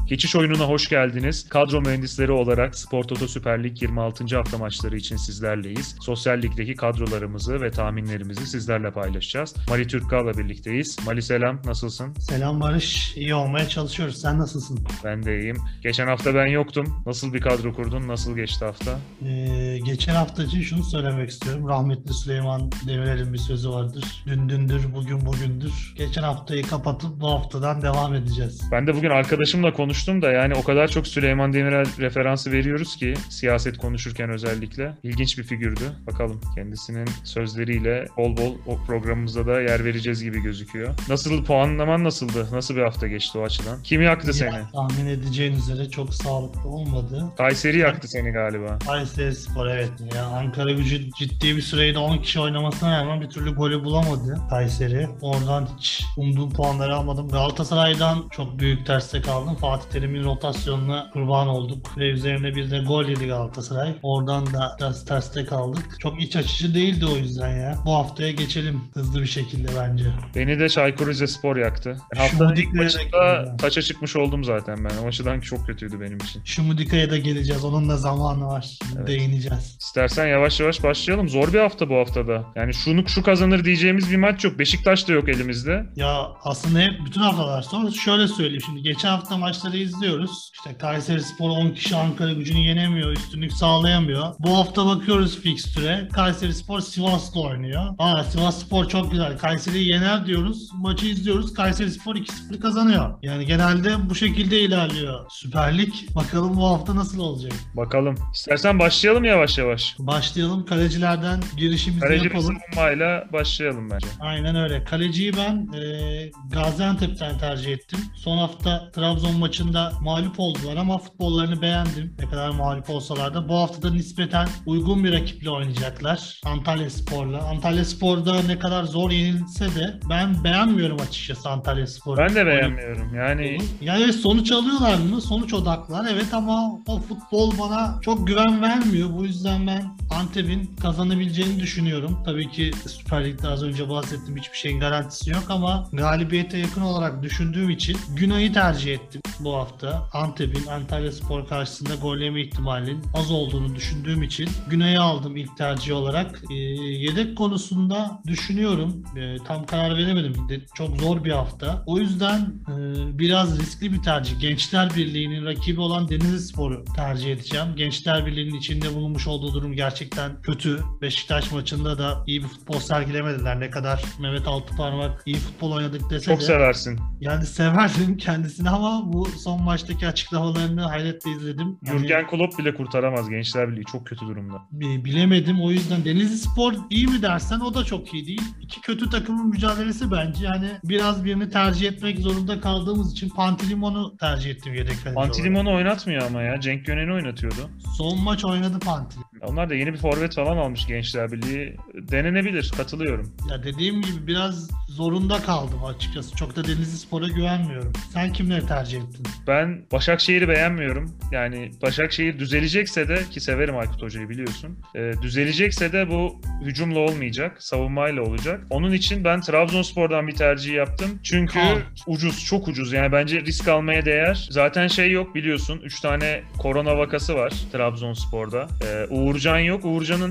Geçiş oyununa hoş geldiniz. Kadro mühendisleri olarak Spor Toto Süper Lig 26. hafta maçları için sizlerleyiz. Sosyal Lig'deki kadrolarımızı ve tahminlerimizi sizlerle paylaşacağız. Mali Türkkal'la birlikteyiz. Mali selam, nasılsın? Selam Barış, iyi olmaya çalışıyoruz. Sen nasılsın? Ben de iyiyim. Geçen hafta ben yoktum. Nasıl bir kadro kurdun? Nasıl geçti hafta? Geçen hafta için şunu söylemek istiyorum. Rahmetli Süleyman Demirel'in bir sözü vardır. Dün dündür, bugün bugündür. Geçen haftayı kapatıp bu haftadan devam edeceğiz. Ben de bugün arkadaşımla konuştum da yani o kadar çok Süleyman Demirel referansı veriyoruz ki siyaset konuşurken özellikle. İlginç bir figürdü. Bakalım kendisinin sözleriyle bol bol o programımızda da yer vereceğiz gibi gözüküyor. Nasıl, puanlaman nasıldı? Nasıl bir hafta geçti o açıdan? Kim yaktı seni? Tahmin edeceğin üzere çok sağlıklı olmadı. Kayseri yaktı seni galiba. Kayserispor evet. Ya Ankaragücü ciddi bir süreyle 10 kişi oynamasına rağmen bir türlü golü bulamadı Kayseri. Oradan hiç umduğum puanları almadım. Galatasaray'dan çok büyük terste kaldım. Fatih Terim'in rotasyonuna kurban olduk. Ve üzerine bir de gol yedi Galatasaray. Oradan da biraz terste kaldık. Çok iç açıcı değildi o yüzden ya. Bu haftaya geçelim hızlı bir şekilde bence. Beni de Çaykur Rizespor yaktı. Haftanın ilk maçında ya. taça çıkmış oldum zaten ben. O açıdan çok kötüydü benim için. Şumudika'ya da geleceğiz. Onun da zamanı var. Evet. Değineceğiz. İstersen yavaş yavaş başlayalım. Zor bir hafta bu haftada. Yani şu kazanır diyeceğimiz bir maç yok. Beşiktaş da yok elimizde. Ya aslında hep bütün haftalar sonra şöyle söyleyeyim. Şimdi geçen hafta maçları izliyoruz. İşte Kayserispor 10 kişi Ankaragücü'nü yenemiyor. Üstünlük sağlayamıyor. Bu hafta bakıyoruz fikstüre. Kayserispor Sivas'la oynuyor. Sivasspor çok güzel. Kayseri'yi yener diyoruz. Maçı izliyoruz. Kayserispor 2-0 kazanıyor. Yani genelde bu şekilde ilerliyor Süper Lig. Bakalım bu hafta nasıl olacak? Bakalım. İstersen başlayalım yavaş yavaş. Başlayalım. Kalecilerden girişimizi yapalım. Savunmayla başlayalım bence. Aynen öyle. Kaleciyi ben Gaziantep'ten tercih ettim. Son hafta Trabzon maçında mağlup oldular ama futbollarını beğendim. Ne kadar mağlup olsalar da. Bu hafta da nispeten uygun bir rakiple oynayacaklar. Antalyaspor'la. Antalyaspor'da ne kadar zor yenilse de ben beğenmiyorum açıkçası Antalyaspor'u. Ben de beğenmiyorum. Yani sonuç alıyorlar mı? Sonuç odaklılar. Evet ama o futbol bana çok güven vermiyor. Bu yüzden ben Antep'in kazanabileceğini düşünüyorum. Tabii ki Süper Lig'de az önce bahsettiğim hiçbir şeyin garantisi yok ama galibiyete yakın olarak düşündüğüm için Günay'ı tercih ettim bu hafta. Antep'in Antalyaspor karşısında gol yeme ihtimalinin az olduğunu düşündüğüm için Günay'ı aldım ilk tercih olarak. Yedek konusunda düşünüyorum. Tam karar veremedim. Çok zor bir hafta. O yüzden biraz riskli bir tercih. Gençler Birliği'nin rakibi olan Denizlispor'u tercih edeceğim. Gençler Birliği'nin içinde bulunmuş olduğu durum gerçekten kötü. Beşiktaş maçında da iyi bir futbol sergilemediler. Ne kadar Mehmet Altıparmak iyi futbol oynadık dese çok de. seversin. Yani severdim kendisini ama bu son maçtaki açıklamalarını hayretle izledim. Jürgen Klopp bile kurtaramaz. Gençler Birliği çok kötü durumda. Bilemedim. O yüzden Denizlispor iyi mi dersen o da çok iyi değil. İki kötü takımın mücadelesi bence. Yani biraz birini tercih etmek zorunda kaldığımız için Pantilimon'u tercih ettim yedek kaleci olarak. Pantilimon'u oynatmıyor ama ya. Cenk Gönen'i oynatıyordu. Son maç oynadı Pantilimon. Onlar da yeni bir forvet falan almış Gençler Birliği. Denenebilir. Katılıyorum. Ya dediğim gibi biraz zorunda kaldım açıkçası. Çok da Denizlispor'a güvenmiyorum. Sen kimleri tercih ettin? Ben Başakşehir'i beğenmiyorum. Yani Başakşehir düzelecekse de, ki severim Aykut Hoca'yı biliyorsun. Düzelecekse de bu hücumla olmayacak. Savunmayla olacak. Onun için ben Trabzonspor'dan bir tercih yaptım. Çünkü ucuz. Çok ucuz. Yani bence risk almaya değer. Zaten yok biliyorsun. 3 tane korona vakası var Trabzonspor'da. Uğurcan yok. Uğurcan'ın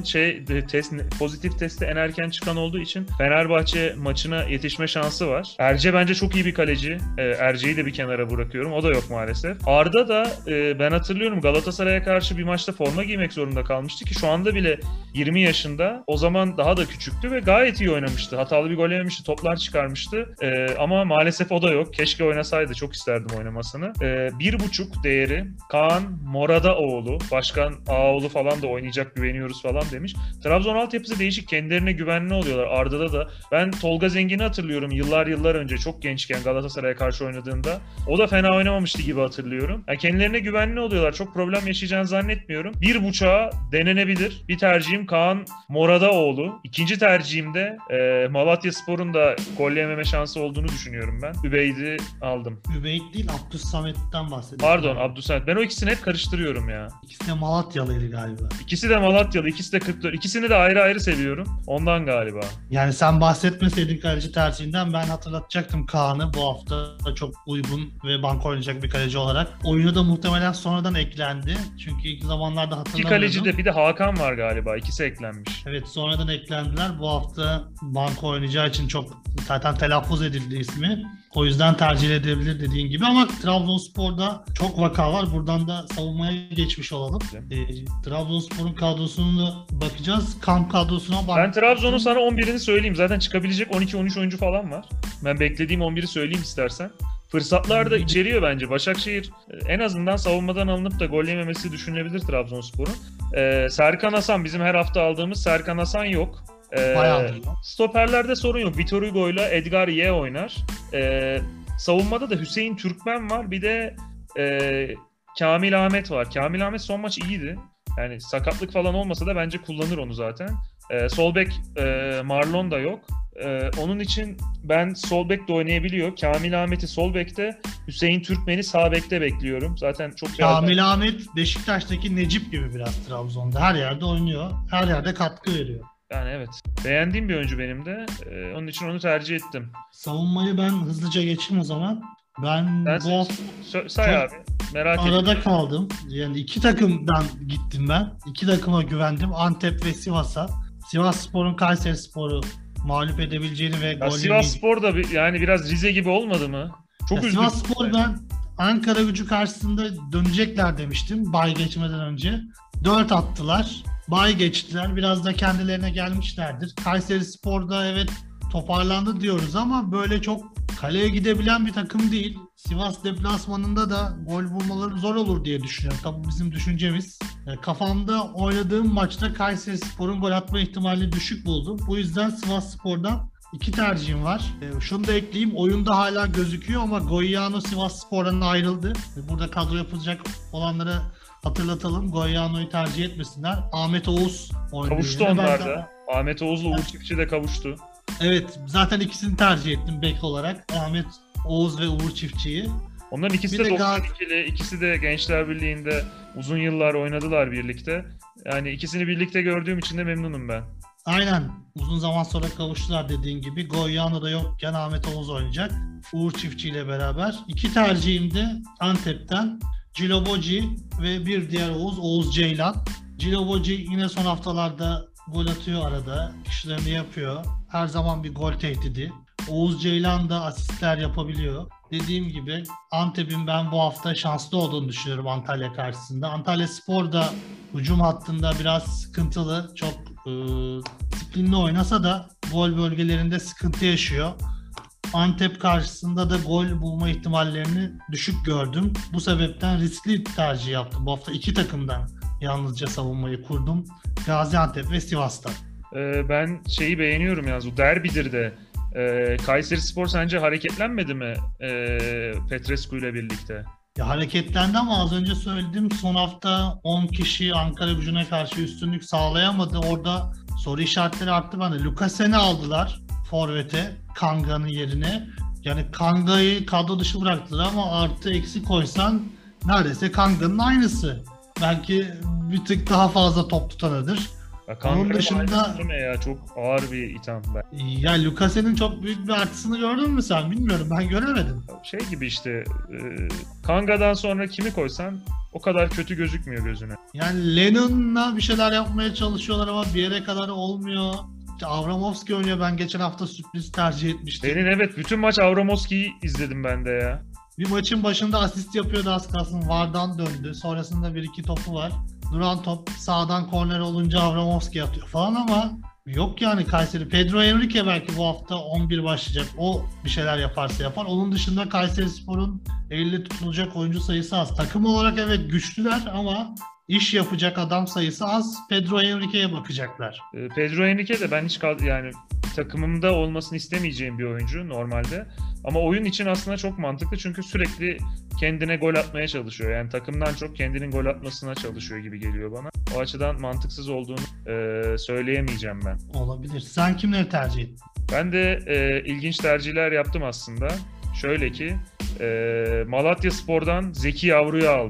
pozitif testi en erken çıkan olduğu için Fenerbahçe maçına yetişme şansı var. Erce bence çok iyi bir kaleci. Erce'yi de bir kenara bırakıyorum. O da yok maalesef. Arda da ben hatırlıyorum Galatasaray'a karşı bir maçta forma giymek zorunda kalmıştı ki şu anda bile 20 yaşında. O zaman daha da küçüktü ve gayet iyi oynamıştı. Hatalı bir gol yememişti. Toplar çıkarmıştı. Ama maalesef o da yok. Keşke oynasaydı. Çok isterdim oynamasını. 1.5 değeri Kaan Moradaoğlu. Başkan Ağoğlu falan da oynayacak, güveniyoruz falan demiş. Trabzon altyapısı değişik. Kendilerine güvenli oluyorlar. Arda'da da. Ben Tolga Zengin'i hatırlıyorum. Yıllar önce çok gençken Galatasaray'a karşı oynadığında. O da fena oynamamıştı gibi hatırlıyorum. Yani kendilerine güvenli oluyorlar. Çok problem yaşayacağını zannetmiyorum. 1.5'a denenebilir. Bir tercihim Kaan Moradaoğlu. İkinci tercihim de Malatyaspor'un da gol yememe şansı olduğunu düşünüyorum ben. Übeyd'i aldım. Übeyd değil Abdülsamet'ten bahsediyorum. Pardon Abdülsamet. Ben o ikisini hep karıştırıyorum ya. İkisi de Malatyalıydı galiba. İkisi de Malatyalı, ikisi de 44. İkisini de ayrı ayrı seviyorum. Ondan galiba. Yani sen bahsetmeseydin kaleci tercihinden ben hatırlatacaktım Kaan'ı bu hafta çok uygun ve banko oynayacak bir kaleci olarak. Oyunu da muhtemelen sonradan eklendi. Çünkü ilk zamanlarda İki hatırlamıyordum. kaleci de bir de Hakan var galiba. İkisi eklenmiş. Evet sonradan eklendiler. Bu hafta banko oynayacağı için çok zaten telaffuz edildi ismi. O yüzden tercih edebilir dediğin gibi ama Trabzonspor'da çok vaka var. Buradan da savunmaya geçmiş olalım. Trabzonspor'un kadrosuna bakacağız. Kamp kadrosuna bak. Ben Trabzon'un sana 11'ini söyleyeyim. Zaten çıkabilecek 12-13 oyuncu falan var. Ben beklediğim 11'i söyleyeyim istersen. Fırsatlar da içeriyor bence. Başakşehir en azından savunmadan alınıp da gol yememesi düşünülebilir Trabzonspor'un. Serkan Hasan bizim her hafta aldığımız Serkan Hasan yok. Bayağıdır yok. Stoperlerde sorun yok. Vitor Hugo ile Edgar Y oynar. Savunmada da Hüseyin Türkmen var. Bir de Kamil Ahmet var. Kamil Ahmet son maç iyiydi. Yani sakatlık falan olmasa da bence kullanır onu zaten. Sol bek Marlon da yok. Onun için ben sol bek de oynayabiliyor. Kamil Ahmet'i sol bekte, Hüseyin Türkmen'i sağ bekte bekliyorum. Zaten çok Kamil Ahmet Beşiktaş'taki Necip gibi biraz Trabzon'da. Her yerde oynuyor. Her yerde katkı veriyor. Yani evet. Beğendiğim bir oyuncu benim de. Onun için onu tercih ettim. Savunmayı ben hızlıca geçeyim o zaman. Ben bu hafta say abi. Merak ettim. arada kaldım. Yani iki takımdan gittim ben. İki takıma güvendim. Antep ve Sivas'a. Sivasspor'un Kayserispor'u mağlup edebileceğini ve gol Sivasspor da yani biraz Rize gibi olmadı mı? Çok üzüldüm. Sivasspor ben Ankara Gücü karşısında dönecekler demiştim bay geçmeden önce. 4 attılar. Bay geçtiler. Biraz da kendilerine gelmişlerdir. Kayserispor'da evet toparlandı diyoruz ama böyle çok kaleye gidebilen bir takım değil. Sivas deplasmanında da gol bulmaları zor olur diye düşünüyorum. Tabii bizim düşüncemiz. Kafamda oynadığım maçta Kayserispor'un gol atma ihtimali düşük buldum. Bu yüzden Sivasspor'dan iki tercihim var. Şunu da ekleyeyim. Oyunda hala gözüküyor ama Goiano Sivasspor'dan ayrıldı. Burada kadro yapılacak olanlara hatırlatalım. Goiano'yu tercih etmesinler. Ahmet Oğuz oynuyor. Kavuştu onlar da. Ahmet Oğuz'la Uğur Çiftçi de kavuştu. Evet. Zaten ikisini tercih ettim bek olarak. Ahmet Oğuz ve Uğur Çiftçi'yi. Onların ikisi de 92'li, ikisi de Gençler Birliği'nde uzun yıllar oynadılar birlikte. Yani ikisini birlikte gördüğüm için de memnunum ben. Aynen. Uzun zaman sonra kavuştular dediğin gibi. Goiano da yokken Ahmet Oğuz oynayacak. Uğur Çiftçi ile beraber. İki tercihim de Antep'ten Ciloboci ve bir diğer Oğuz Ceylan. Ciloboci yine son haftalarda gol atıyor arada. İşlerini yapıyor. Her zaman bir gol tehdidi. Oğuz Ceylan da asistler yapabiliyor. Dediğim gibi Antep'in ben bu hafta şanslı olduğunu düşünüyorum Antalya karşısında. Antalyaspor da hücum hattında biraz sıkıntılı. Çok disiplinli oynasa da gol bölgelerinde sıkıntı yaşıyor. Antep karşısında da gol bulma ihtimallerini düşük gördüm. Bu sebepten riskli tercih yaptım. Bu hafta iki takımdan yalnızca savunmayı kurdum. Gaziantep ve Sivas'tan. Ben şeyi beğeniyorum yalnız. O derbidir de. Kayserispor sence hareketlenmedi mi Petrescu ile birlikte? Ya hareketlendi ama az önce söyledim son hafta 10 kişi Ankara Gücü'ne karşı üstünlük sağlayamadı. Orada soru işaretleri arttı bende. Lukasen'i aldılar forvete Kanga'nın yerine. Yani Kanga'yı kadro dışı bıraktılar ama artı eksi koysan neredeyse Kanga'nın aynısı. Belki bir tık daha fazla top tutanıdır. Onun dışında ya çok ağır bir itham ben. Ya Lukasen'in çok büyük bir artısını gördün mü sen? Bilmiyorum. Ben göremedim. Şey gibi işte Kanga'dan sonra kimi koysan o kadar kötü gözükmüyor gözüne. Yani Lennon'la bir şeyler yapmaya çalışıyorlar ama bir yere kadar olmuyor. İşte Avramovski oynuyor. Ben geçen hafta sürpriz tercih etmiştim. Senin evet bütün maç Avramovski'yi izledim ben de ya. Bir maçın başında asist yapıyordu az kalsın. Vardan döndü. Sonrasında bir iki topu var. Duran top sağdan korner olunca Avramovski atıyor falan ama yok yani Kayseri. Pedro Henrique belki bu hafta 11 başlayacak. O bir şeyler yaparsa yapar. Onun dışında Kayserispor'un elle tutulacak oyuncu sayısı az. Takım olarak evet güçlüler ama iş yapacak adam sayısı az. Pedro Henrique'ye bakacaklar. Pedro Henrique de ben hiç yani takımımda olmasını istemeyeceğim bir oyuncu normalde. Ama oyun için aslında çok mantıklı çünkü sürekli kendine gol atmaya çalışıyor. Yani takımdan çok kendinin gol atmasına çalışıyor gibi geliyor bana. O açıdan mantıksız olduğunu söyleyemeyeceğim ben. Olabilir. Sen kimleri tercih ettin? Ben de ilginç tercihler yaptım aslında. Şöyle ki Malatyaspor'dan Zeki Yavru'yu aldım.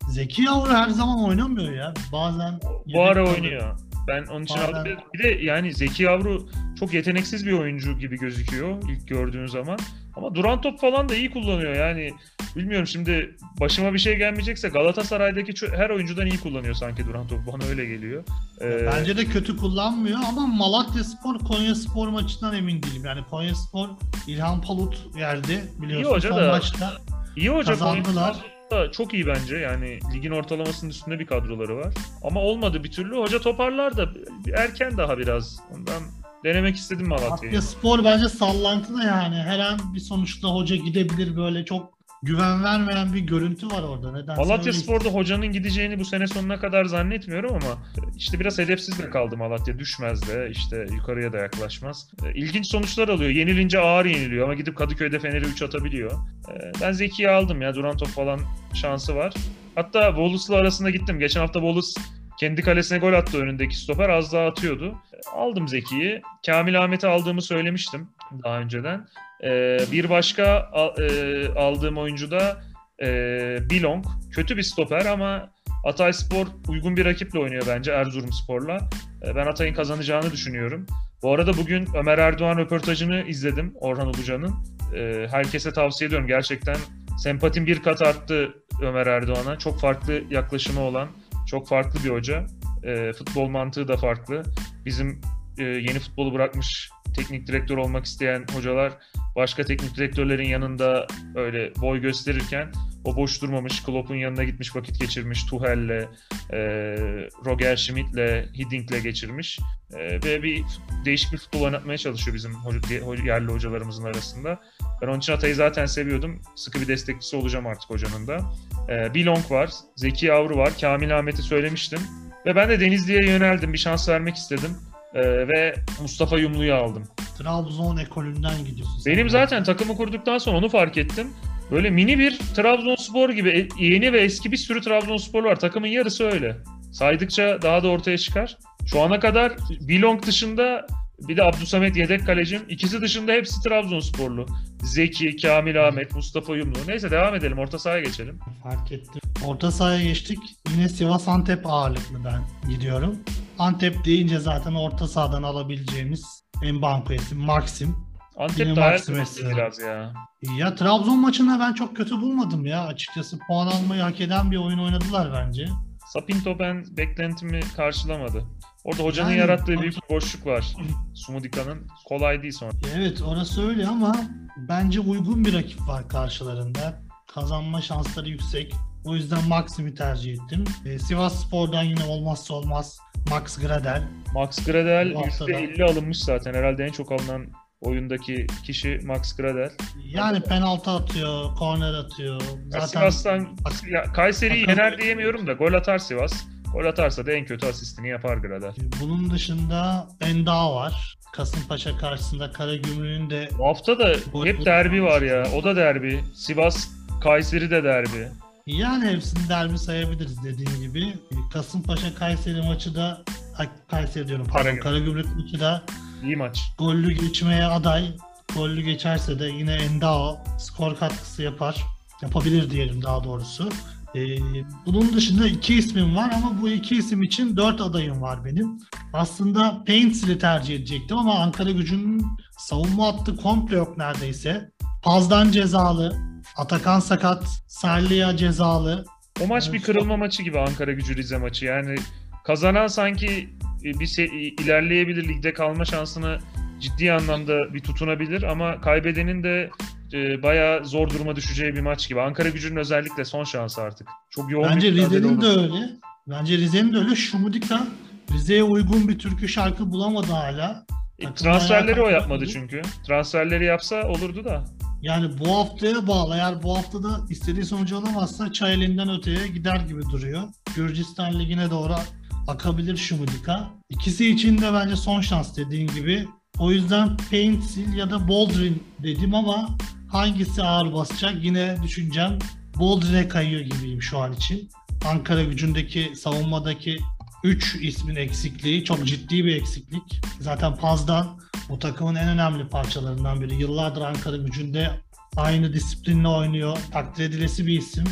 Zeki Yavru her zaman oynamıyor ya. Bazen Bu ara yedek kalıyor. oynuyor. Ben onun için Bazen aldım. Bir de yani Zeki Yavru çok yeteneksiz bir oyuncu gibi gözüküyor ilk gördüğün zaman. Ama duran top falan da iyi kullanıyor. Yani bilmiyorum, şimdi başıma bir şey gelmeyecekse Galatasaray'daki her oyuncudan iyi kullanıyor sanki duran topu. Bana öyle geliyor. bence de kötü kullanmıyor ama Malatyaspor Konyaspor maçından emin değilim. Yani Konyaspor İlhan Palut yerdi İyi biliyorsun hoca son da maçta iyi hoca kazandılar. da çok iyi bence. Yani ligin ortalamasının üstünde bir kadroları var. Ama olmadı bir türlü. Hoca toparlar da erken daha biraz. Ondan denemek istedim Malatya'yı. Malatyaspor bence sallantıda yani. Her an bir sonuçta hoca gidebilir, böyle çok güven vermeyen bir görüntü var orada. Nedense Malatyaspor'da hocanın gideceğini bu sene sonuna kadar zannetmiyorum ama işte biraz hedefsiz de kaldı Malatya. Düşmez de işte yukarıya da yaklaşmaz. İlginç sonuçlar alıyor. Yenilince ağır yeniliyor ama gidip Kadıköy'de Fener'e 3 atabiliyor. Ben Zeki'yi aldım ya. Duran top falan şansı var. Hatta Wallace'la arasında gittim. Geçen hafta Wallace kendi kalesine gol attı, önündeki stoper az daha atıyordu. Aldım Zeki'yi. Kamil Ahmet'i aldığımı söylemiştim daha önceden. Bir başka aldığım oyuncu da Bilong. Kötü bir stoper ama Hatayspor uygun bir rakiple oynuyor bence, Erzurumspor'la. Ben Hatay'ın kazanacağını düşünüyorum. Bu arada bugün Ömer Erdoğan röportajını izledim, Orhan Ulucan'ın. Herkese tavsiye ediyorum. Gerçekten sempatim bir kat arttı Ömer Erdoğan'a. Çok farklı yaklaşımı olan, çok farklı bir hoca. Futbol mantığı da farklı. Bizim yeni futbolu bırakmış, teknik direktör olmak isteyen hocalar başka teknik direktörlerin yanında öyle boy gösterirken o boş durmamış. Klopp'un yanına gitmiş, vakit geçirmiş. Tuchel'le, Roger Schmidt'le, Hiddink geçirmiş. Ve bir değişik bir futbol oynatmaya çalışıyor bizim yerli hocalarımızın arasında. Ben onun için Hatay'ı zaten seviyordum. Sıkı bir destekçisi olacağım artık hocanın da. Bilong var, Zeki Yavru var, Kamil Ahmet'i söylemiştim. Ve ben de Denizli'ye yöneldim. Bir şans vermek istedim. Ve Mustafa Yumlu'yu aldım. Trabzon ekolünden gidiyorsun. Benim zaten takımı kurduktan sonra onu fark ettim. Böyle mini bir Trabzonspor gibi yeni ve eski bir sürü Trabzonspor var. Takımın yarısı öyle. Saydıkça daha da ortaya çıkar. Şu ana kadar Bilong dışında bir de Abdülsamet yedek kalecim. İkisi dışında hepsi Trabzonsporlu. Zeki, Kamil Ahmet, Mustafa Yumlu. Neyse devam edelim. Orta sahaya geçelim. Fark ettim. Orta sahaya geçtik. Yine Sivas Antep ağırlıklı ben gidiyorum. Antep deyince zaten orta sahadan alabileceğimiz en banko isim Maxim. Antep de hayal biraz ya. Ya Trabzon maçında ben çok kötü bulmadım ya. Açıkçası puan almayı hak eden bir oyun oynadılar bence. Sapinto ben beklentimi karşılamadı. Orada hocanın Yani, yarattığı büyük bir boşluk var. Sumudika'nın kolay değil sonra. Evet orası öyle ama bence uygun bir rakip var karşılarında. Kazanma şansları yüksek. O yüzden Maxim'i tercih ettim. Sivasspor'dan yine olmazsa olmaz Max Gradel. Max Gradel %50 alınmış zaten. Herhalde en çok alınan oyundaki kişi Max Gradel. Yani penaltı atıyor, korner atıyor. Zaten Sivas'tan Kayseri'yi yener diyemiyorum da gol atar Sivas. Gol atarsa da en kötü asistini yapar Gradel. Bunun dışında Enda var. Kasımpaşa karşısında Karagümrük'ün de... Bu hafta da hep derbi var ya. O da derbi. Sivas, Kayseri de derbi. Yani hepsini derbi sayabiliriz dediğim gibi. Kasımpaşa Kayseri maçı da Kayseri diyorum pardon. Karagümrük maçı da iyi maç. Gollü geçmeye aday. Gollü geçerse de yine Endao skor katkısı yapabilir diyelim daha doğrusu. Bunun dışında 2 ismim var ama bu 2 isim için 4 adayım var benim. Aslında Paints'li tercih edecektim ama Ankaragücü'nün savunma hattı komple yok neredeyse. Pazdan cezalı, Atakan sakat, Sarlıya cezalı. O maç bir kırılma maçı gibi, Ankaragücü Rize maçı. Yani kazanan sanki ilerleyebilir, ligde kalma şansını ciddi anlamda bir tutunabilir ama kaybedenin de bayağı zor duruma düşeceği bir maç gibi. Ankaragücü'nün özellikle son şansı artık. Çok yoğun. Bence Rize'nin de öyle. Bence Rize'nin de öyle. Şumudika Rize'ye uygun bir türkü şarkı bulamadı hala. Transferleri o yapmadı çünkü. Transferleri yapsa olurdu da. Yani bu haftaya bağlı. Eğer bu haftada istediği sonucu alamazsa Çayeli'nden öteye gider gibi duruyor. Gürcistan Ligi'ne doğru akabilir Şumudika. İkisi için de bence son şans dediğin gibi. O yüzden Paintsil ya da Boldrin dedim ama hangisi ağır basacak yine düşüneceğim. Boldrin'e kayıyor gibiyim şu an için. Ankaragücü'ndeki savunmadaki 3 ismin eksikliği çok ciddi bir eksiklik. Zaten Pazdan bu takımın en önemli parçalarından biri. Yıllardır Ankaragücü'nde aynı disiplinle oynuyor. Takdir edilesi bir isim.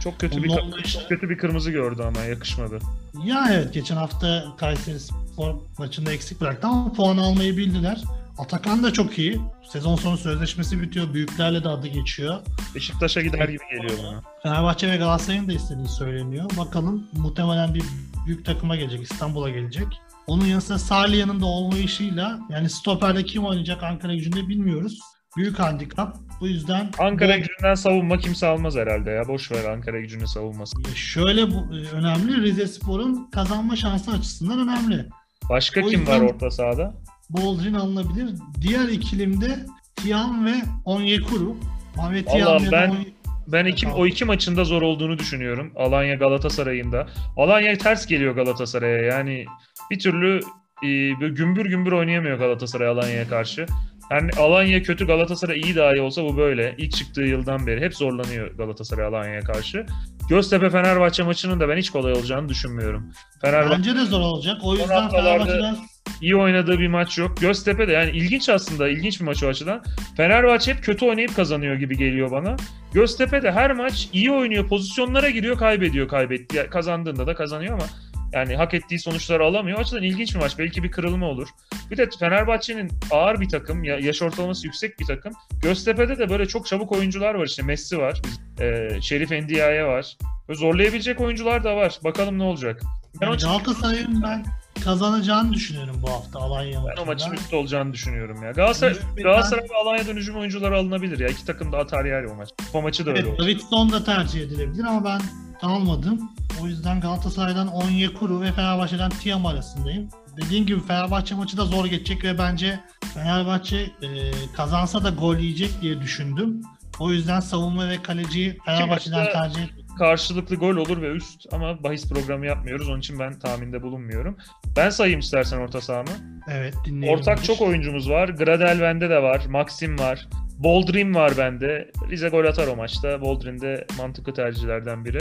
Çok kötü çok kötü bir kırmızı gördü ama yakışmadı. Ya evet, geçen hafta Kayserispor maçında eksik bıraktı ama puan almayı bildiler. Atakan da çok iyi. Sezon sonu sözleşmesi bitiyor. Büyüklerle de adı geçiyor. Beşiktaş'a gider gibi geliyor bana. Fenerbahçe ve Galatasaray'ın da istediği söyleniyor. Bakalım, muhtemelen bir büyük takıma gelecek. İstanbul'a gelecek. Onun yanı sıra Salih yanında olmayışıyla, yani stoperde kim oynayacak Ankaragücü'nde bilmiyoruz. Büyük handikap. Bu yüzden Ankaragücü'nden savunma kimse almaz herhalde ya. Boş ver Ankaragücü'nün savunması. şöyle önemli. Rizespor'un kazanma şansı açısından önemli. Başka O kim yüzden var orta sahada? Boldrin alınabilir. Diğer ikilimde Tiam ve Onyekuru. Mehmet Tiam Allah'ım ya da ben o iki maçında zor olduğunu düşünüyorum. Alanya Galatasaray'ında. Alanya ters geliyor Galatasaray'a. Yani bir türlü böyle gümbür gümbür oynayamıyor Galatasaray Alanya'ya karşı. Yani Alanya kötü, Galatasaray iyi dahi olsa bu böyle. İlk çıktığı yıldan beri hep zorlanıyor Galatasaray Alanya'ya karşı. Göztepe Fenerbahçe maçının da ben hiç kolay olacağını düşünmüyorum. Bence de zor olacak. O yüzden Fenerbahçe'den iyi oynadığı bir maç yok. Göztepe de yani ilginç bir maç o açıdan. Fenerbahçe hep kötü oynayıp kazanıyor gibi geliyor bana. Göztepe de her maç iyi oynuyor, pozisyonlara giriyor, kaybediyor. Kazandığında da kazanıyor ama yani hak ettiği sonuçları alamıyor. O açıdan ilginç bir maç. Belki bir kırılma olur. Bir de Fenerbahçe'nin ağır bir takım, yaş ortalaması yüksek bir takım. Göztepe'de de böyle çok çabuk oyuncular var. İşte Messi var, Şerif Endiaye var. Böyle zorlayabilecek oyuncular da var. Bakalım ne olacak. Galatasaray'ın ben kazanacağını düşünüyorum bu hafta Alanya maçında. Ben o maçın üstü olacağını düşünüyorum ya. Galatasaray ve Alanya'dan hücum oyuncuları alınabilir ya. İki takım da atar yer o maç. Bu maçı da öyle oldu. Davidson da tercih edilebilir ama ben almadım. O yüzden Galatasaray'dan Onyekuru ve Fenerbahçe'den Tiam arasındayım. Dediğim gibi Fenerbahçe maçı da zor geçecek ve bence Fenerbahçe kazansa da gol yiyecek diye düşündüm. O yüzden savunma ve kaleciyi Fenerbahçe'den tercih ettim. Karşılıklı gol olur ve üst ama bahis programı yapmıyoruz. Onun için ben tahminde bulunmuyorum. Ben sayayım istersen orta sahamı. Evet, dinleyelim. Ortak çok oyuncumuz var. Gradel bende de var. Maxim var. Boldrin var bende. Rize gol atar o maçta. Boldrin de mantıklı tercihlerden biri.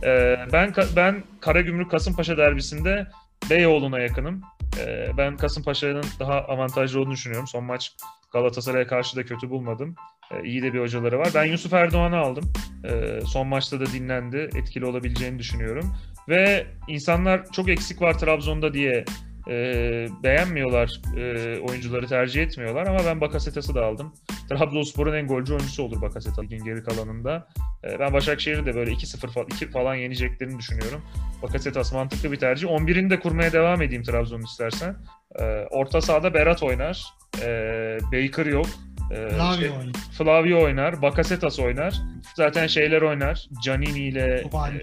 Ben Karagümrük Kasımpaşa derbisinde Beyoğlu'na yakınım. Ben Kasımpaşa'nın daha avantajlı olduğunu düşünüyorum. Son maç Galatasaray'a karşı da kötü bulmadım. İyi de bir hocaları var. Ben Yusuf Erdoğan'ı aldım. Son maçta da dinlendi. Etkili olabileceğini düşünüyorum. Ve insanlar çok eksik var Trabzon'da diye beğenmiyorlar. Oyuncuları tercih etmiyorlar. Ama ben Bakasetas'ı da aldım. Trabzonspor'un en golcü oyuncusu olur Bakasetas ligin geri kalanında. Ben Başakşehir'i de böyle 2-0 falan yeneceklerini düşünüyorum. Bakasetas mantıklı bir tercih. 11'ini de kurmaya devam edeyim Trabzon'u istersen. Orta sahada Berat oynar. Baker yok. Flavio oynar. Bakasetas oynar. Zaten şeyler oynar. Canini ile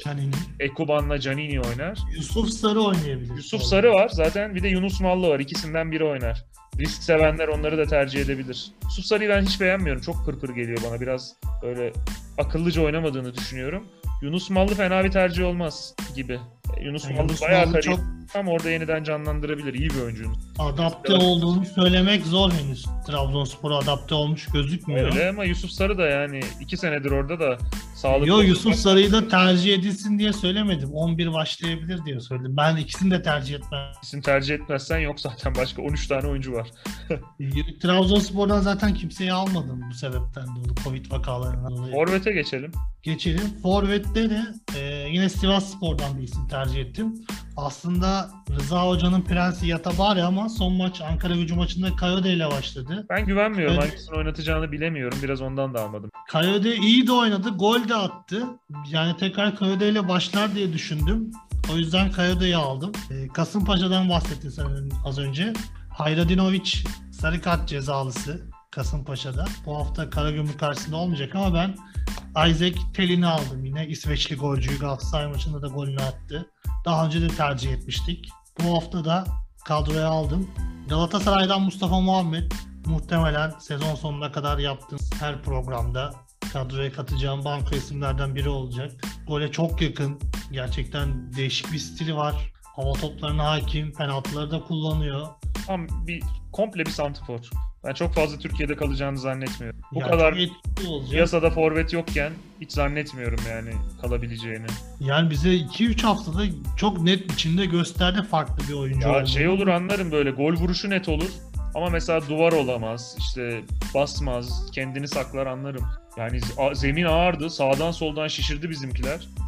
Ekuban'la Canini oynar. Yusuf Sarı oynayabilir. Yusuf Sarı var. Zaten bir de Yunus Mallı var. İkisinden biri oynar. Risk sevenler onları da tercih edebilir. Yusuf Sarı'yı ben hiç beğenmiyorum. Çok pırpır geliyor bana. Biraz böyle akıllıca oynamadığını düşünüyorum. Yunus Mallı fena bir tercih olmaz gibi. Yunus Mallı bayağı kariyer. Ama orada yeniden canlandırabilir. İyi bir oyuncu. Adapte olduğunu söylemek zor henüz. Trabzonspor'a adapte olmuş gözükmüyor. Öyle ama Yusuf Sarı da yani 2 senedir orada da sağlıklı. Yok, Yusuf Sarı'yı da tercih edilsin diye söylemedim. 11 başlayabilir diye söyledim. Ben ikisini de tercih etmem. İkisini tercih etmezsen yok zaten başka 13 tane oyuncu var. Trabzonspor'dan zaten kimseyi almadım bu sebepten dolayı. Covid vakalarından dolayı. Forvet'e geçelim. Forvet'te de yine Sivasspor'dan bir isim tercih ettim. Aslında Rıza Hoca'nın prensi Yatabari ama son maç Ankaragücü maçında Kayode ile başladı. Ben güvenmiyorum. Hangisini oynatacağını bilemiyorum. Biraz ondan da almadım. Kayode iyi de oynadı. Gol de attı. Yani tekrar Kayode ile başlar diye düşündüm. O yüzden Kayode'yi aldım. Kasımpaşa'dan bahsettin sen az önce. Hayradinovic sarı kart cezalısı Kasımpaşa'da. Bu hafta Karagümrük karşısında olmayacak ama ben Isaac Telin'i aldım yine. İsveçli golcüyü, Galatasaray maçında da golünü attı. Daha önce de tercih etmiştik. Bu hafta da kadroya aldım. Galatasaray'dan Mustafa Muhammed, muhtemelen sezon sonuna kadar yaptığım her programda kadroya katacağım banko isimlerden biri olacak. Gole çok yakın. Gerçekten değişik bir stili var. Hava toplarına hakim. Penaltıları da kullanıyor. Tam komple bir santrfor. Ben çok fazla Türkiye'de kalacağını zannetmiyorum. Bu kadar piyasada forvet yokken hiç zannetmiyorum yani kalabileceğini. Yani bize 2-3 haftada çok net içinde gösterdi farklı bir oyuncu. Ya şey olur anlarım, böyle gol vuruşu net olur. Ama mesela duvar olamaz, işte basmaz, kendini saklar anlarım. Yani zemin ağırdı, sağdan soldan şişirdi bizimkiler.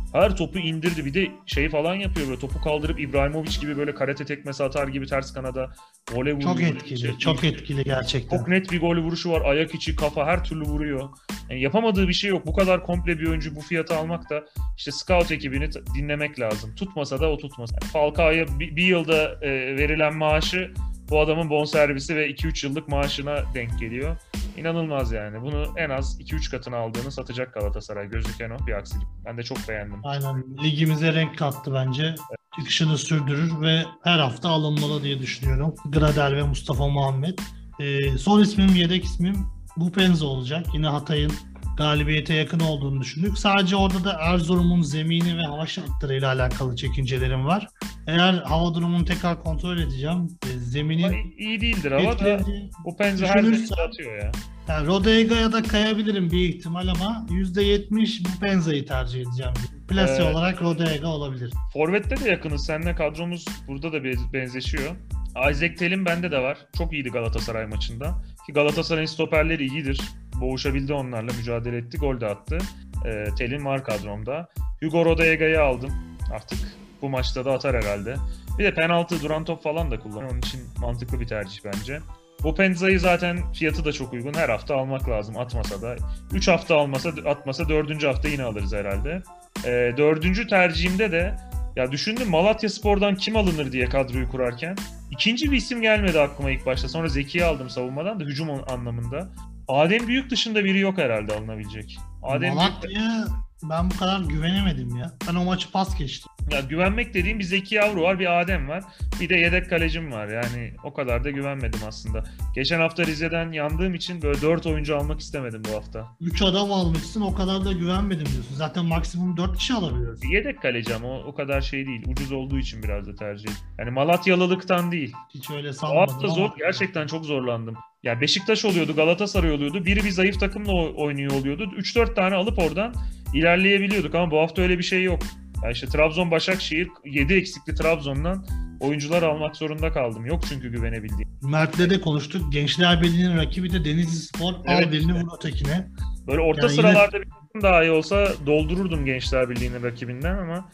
Her topu indirdi. Bir de şey falan yapıyor, böyle topu kaldırıp İbrahimovic gibi böyle karate tekmesi atar gibi ters kanada vole vuruyor. Çok etkili, çok etkili gerçekten. Çok net bir gol vuruşu var. Ayak içi, kafa her türlü vuruyor. Yani yapamadığı bir şey yok. Bu kadar komple bir oyuncu bu fiyata almak da işte scout ekibini dinlemek lazım. Tutmasa da o tutmasa. Yani Falcao'ya bir yılda verilen maaşı bu adamın bonservisi ve 2-3 yıllık maaşına denk geliyor. İnanılmaz yani. Bunu en az 2-3 katını aldığını satacak Galatasaray. Gözüken o bir aksilik. Ben de çok beğendim. Aynen. Ligimize renk kattı bence. Çıkışını sürdürür ve her hafta alınmalı diye düşünüyorum. Gradel ve Mustafa Muhammed. Son ismim, yedek ismim Bupenza olacak. Yine Hatay'ın galibiyete yakın olduğunu düşündük. Sadece orada da Erzurum'un zemini ve hava şartlarıyla alakalı çekincelerim var. Eğer hava durumunu tekrar kontrol edeceğim. Zeminin iyi değildir hava da Bupenza her zeminde atıyor ya. Yani Rodega'ya da kayabilirim bir ihtimal ama %70 Bupenza'yı tercih edeceğim. Plase olarak Rodega olabilir. Forvet'te de yakınız. Seninle kadromuz burada da benzeşiyor. Isaac Tel'in bende de var. Çok iyiydi Galatasaray maçında. Ki Galatasaray'ın stoperleri iyidir. Boğuşabildi onlarla, mücadele etti, gol de attı. Tel'in var kadromda. Hugo Rodega'yı aldım. Artık bu maçta da atar herhalde. Bir de penaltı, duran top falan da kullanıyor. Onun için mantıklı bir tercih bence. Bupenza'yı zaten fiyatı da çok uygun. Her hafta almak lazım, atmasa da. 3 hafta atmasa 4. hafta yine alırız herhalde. 4. tercihimde de ya düşündüm, Malatyaspor'dan kim alınır diye kadroyu kurarken. İkinci bir isim gelmedi aklıma ilk başta. Sonra Zeki'yi aldım savunmadan da, hücum anlamında. Adem Büyük dışında biri yok herhalde alınabilecek. Malatya'ya ben bu kadar güvenemedim ya. Ben o maçı pas geçtim. Ya güvenmek dediğim bir Zeki Yavru var, bir Adem var. Bir de yedek kalecim var. Yani o kadar da güvenmedim aslında. Geçen hafta Rize'den yandığım için böyle 4 oyuncu almak istemedim bu hafta. 3 adam almışsın, o kadar da güvenmedim diyorsun. Zaten maksimum 4 kişi alabiliyoruz. Yedek kaleci ama o kadar şey değil. Ucuz olduğu için biraz da tercih ettim. Yani Malatyalılıktan değil. Hiç öyle sanmadım. O hafta zor. Gerçekten çok zorlandım. Ya Beşiktaş oluyordu, Galatasaray oluyordu. Biri bir zayıf takımla oynuyor oluyordu. 3-4 tane alıp oradan ilerleyebiliyorduk ama bu hafta öyle bir şey yok. Ya işte Trabzon, Başakşehir, 7 eksikli Trabzon'dan oyuncular almak zorunda kaldım. Yok çünkü güvenebildiğim. Mert'le de konuştuk. Gençler Birliği'nin rakibi de Denizlispor. Evet. Al birini vur ötekine. Böyle orta yani sıralarda yine bir takım daha iyi olsa doldururdum Gençler Birliği'nin rakibinden ama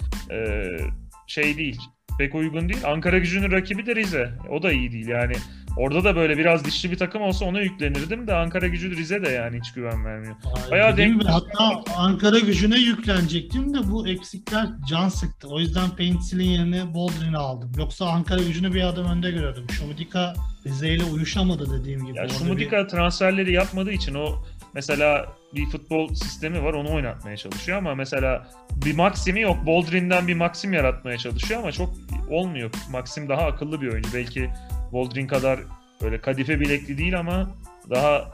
şey değil. Pek uygun değil. Ankaragücü'nün rakibi de Rize. O da iyi değil yani. Orada da böyle biraz dişli bir takım olsa ona yüklenirdim de Ankaragücü, Rize de yani hiç güven vermiyor. Bayağı hatta Ankaragücü'ne yüklenecektim de bu eksikler can sıktı. O yüzden Paintsil'in yerine Boldrin'i aldım. Yoksa Ankaragücü'nü bir adım önde görüyordum. Şumudika Rize ile uyuşamadı dediğim gibi. Ya Şumudika transferleri yapmadığı için o mesela bir futbol sistemi var, onu oynatmaya çalışıyor ama mesela bir Maxim'i yok. Boldrin'den bir Maxim yaratmaya çalışıyor ama çok olmuyor. Maxim daha akıllı bir oyuncu. Belki Boldrin kadar böyle kadife bilekli değil ama daha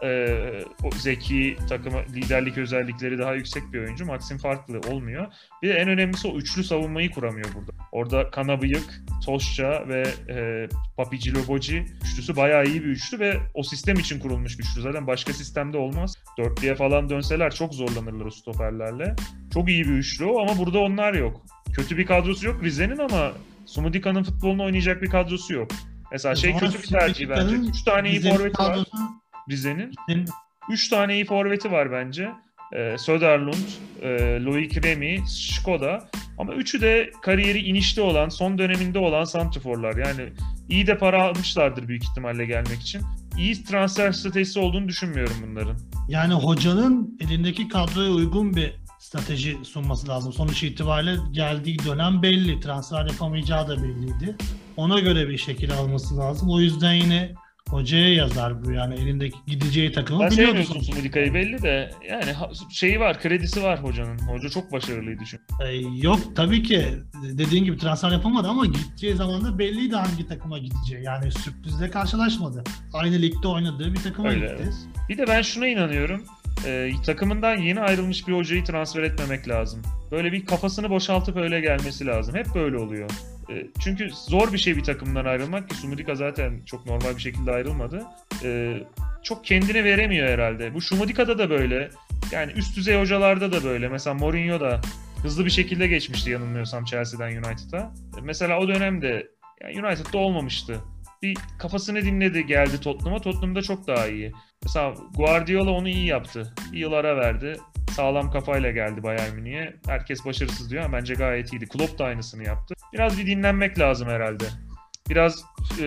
zeki, takıma liderlik özellikleri daha yüksek bir oyuncu. Maxim farklı olmuyor. Bir de en önemlisi o üçlü savunmayı kuramıyor burada. Orada Kanabıyık, Tosca ve Papi Loboci üçlüsü bayağı iyi bir üçlü ve o sistem için kurulmuş bir üçlü. Zaten başka sistemde olmaz. Dörtlüye falan dönseler çok zorlanırlar o stoperlerle. Çok iyi bir üçlü o ama burada onlar yok. Kötü bir kadrosu yok Rize'nin ama Sumudika'nın futbolunu oynayacak bir kadrosu yok. Mesela kötü bir tercih bence. 3 tane iyi forveti var Rize'nin. 3 tane iyi forveti var bence. Söderlund, Loic Remy, Skoda. Ama üçü de kariyeri inişte olan, son döneminde olan santrforlar. Yani iyi de para almışlardır büyük ihtimalle gelmek için. İyi transfer stratejisi olduğunu düşünmüyorum bunların. Yani hocanın elindeki kadroya uygun bir strateji sunması lazım. Sonuç itibariyle geldiği dönem belli. Transfer yapamayacağı da belliydi. Ona göre bir şekil alması lazım. O yüzden yine hocaya yazar bu, yani elindeki gideceği takımı ben biliyordu. Ben sevmiyorsun Sumudika'yı belli de yani şeyi var, kredisi var hocanın. Hoca çok başarılıydı çünkü. Yok tabii ki dediğin gibi transfer yapamadı ama gideceği zaman da belliydi hangi takıma gideceği. Yani sürprizle karşılaşmadı. Aynı ligde oynadığı bir takıma gitti. Evet. Bir de ben şuna inanıyorum. Takımından yeni ayrılmış bir hocayı transfer etmemek lazım. Böyle bir kafasını boşaltıp öyle gelmesi lazım. Hep böyle oluyor. Çünkü zor bir şey bir takımdan ayrılmak ki Şumudika zaten çok normal bir şekilde ayrılmadı. Çok kendini veremiyor herhalde. Bu Şumudika'da da böyle. Yani üst düzey hocalarda da böyle. Mesela Mourinho da hızlı bir şekilde geçmişti yanılmıyorsam Chelsea'den United'a. Mesela o dönemde yani United'da olmamıştı. Bir kafasını dinledi, geldi Tottenham'a. Tottenham'da çok daha iyi. Mesela Guardiola onu iyi yaptı. Bir yıl ara verdi. sağlam kafayla geldi Bayern Münih'e. Herkes başarısız diyor ama bence gayet iyiydi. Klopp da aynısını yaptı. Biraz bir dinlenmek lazım herhalde. Biraz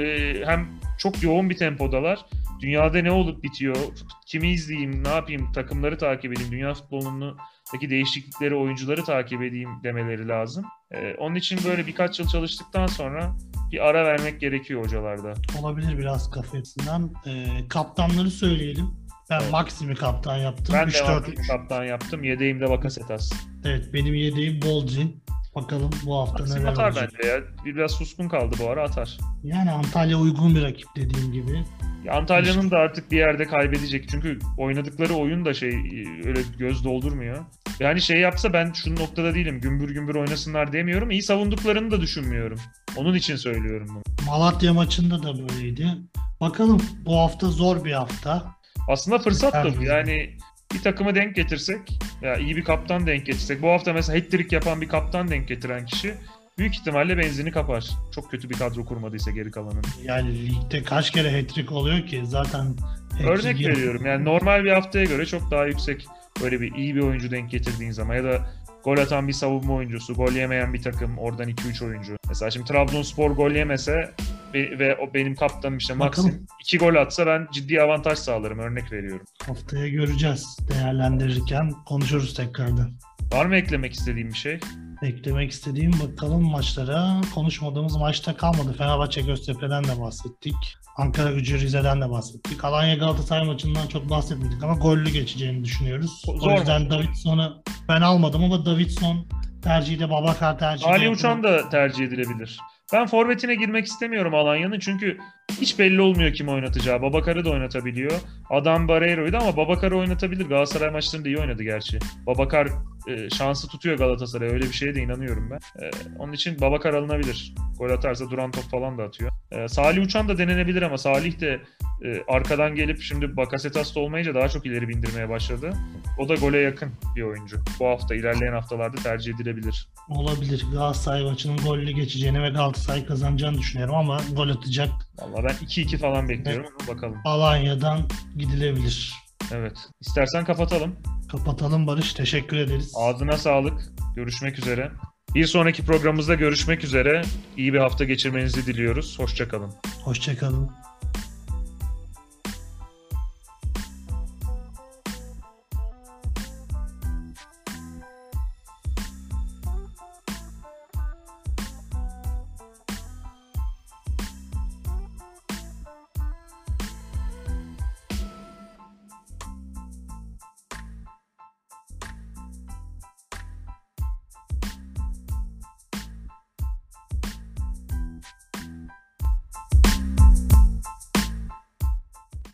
hem çok yoğun bir tempodalar. Dünyada ne olup bitiyor, kimi izleyeyim, ne yapayım, takımları takip edeyim, dünya futbolundaki değişiklikleri, oyuncuları takip edeyim demeleri lazım. Onun için böyle birkaç yıl çalıştıktan sonra bir ara vermek gerekiyor hocalarda. Olabilir biraz kafasından. Kaptanları söyleyelim. Ben Evet. Maxim'i kaptan yaptım. Ben de 3-4-3. kaptan yaptım. Yedeğimde Bakasetas. Evet, benim yedeğim Bolcin. Bakalım bu hafta Maxim neler atar olacak. bence ya. Biraz suskun kaldı bu ara, atar. Yani Antalya uygun bir rakip dediğim gibi. Ya Antalya'nın da artık bir yerde kaybedecek. Çünkü oynadıkları oyun da öyle göz doldurmuyor. Yani yapsa ben şu noktada değilim. Gümbür gümbür oynasınlar demiyorum. İyi savunduklarını da düşünmüyorum. Onun için söylüyorum bunu. Malatya maçında da böyleydi. Bakalım, bu hafta zor bir hafta. Aslında fırsat da bu. Evet. Yani bir takımı denk getirsek, ya iyi bir kaptan denk getirsek. Bu hafta mesela hat-trick yapan bir kaptan denk getiren kişi büyük ihtimalle benzini kapar. Çok kötü bir kadro kurmadıysa geri kalanın. Yani ligde kaç kere hat-trick oluyor ki zaten. Örnek veriyorum. Yani normal bir haftaya göre çok daha yüksek. Böyle bir iyi bir oyuncu denk getirdiğin zaman ya da gol atan bir savunma oyuncusu, gol yemeyen bir takım, oradan 2-3 oyuncu. Mesela şimdi Trabzonspor gol yemese ve o benim kaptanım Maxim Bakalım. 2 gol atsa ben ciddi avantaj sağlarım. Örnek veriyorum. Haftaya göreceğiz. Değerlendirirken konuşuruz tekrardan. Var mı eklemek istediğim bir şey? Eklemek istediğim, bakalım maçlara. Konuşmadığımız maçta kalmadı. Fenerbahçe Göztepe'den de bahsettik. Ankara Gücü Rize'den de bahsettik. Alanya Galatasaray maçından çok bahsetmedik ama gollü geçeceğini düşünüyoruz. Zor O yüzden Davidson'u ben almadım ama Davidson tercihi de Babakar tercihi de Ali Uçan da tercih edilebilir. Ben forvetine girmek istemiyorum Alanya'nın çünkü hiç belli olmuyor kim oynatacağı. Babakar'ı da oynatabiliyor. Adam Barreiro'ydu ama Babakar'ı oynatabilir. Galatasaray maçlarında iyi oynadı gerçi. Babakar şansı tutuyor Galatasaray. Öyle bir şeye de inanıyorum ben. Onun için Babakar alınabilir. Gol atarsa duran top falan da atıyor. Salih Uçan da denenebilir ama Salih de arkadan gelip şimdi Bakasetas da olmayınca daha çok ileri bindirmeye başladı. O da gole yakın bir oyuncu. Bu hafta, ilerleyen haftalarda tercih edilebilir. olabilir. Galatasaray maçının gollü geçeceğini ve Galatasaray kazanacağını düşünüyorum ama gol atacak. Vallahi ben 2-2 falan bekliyorum ama bakalım. Alanya'dan gidilebilir. Evet. İstersen kapatalım. Kapatalım Barış. Teşekkür ederiz. Ağzına sağlık. Görüşmek üzere. Bir sonraki programımızda görüşmek üzere. İyi bir hafta geçirmenizi diliyoruz. Hoşça kalın. Hoşça kalın.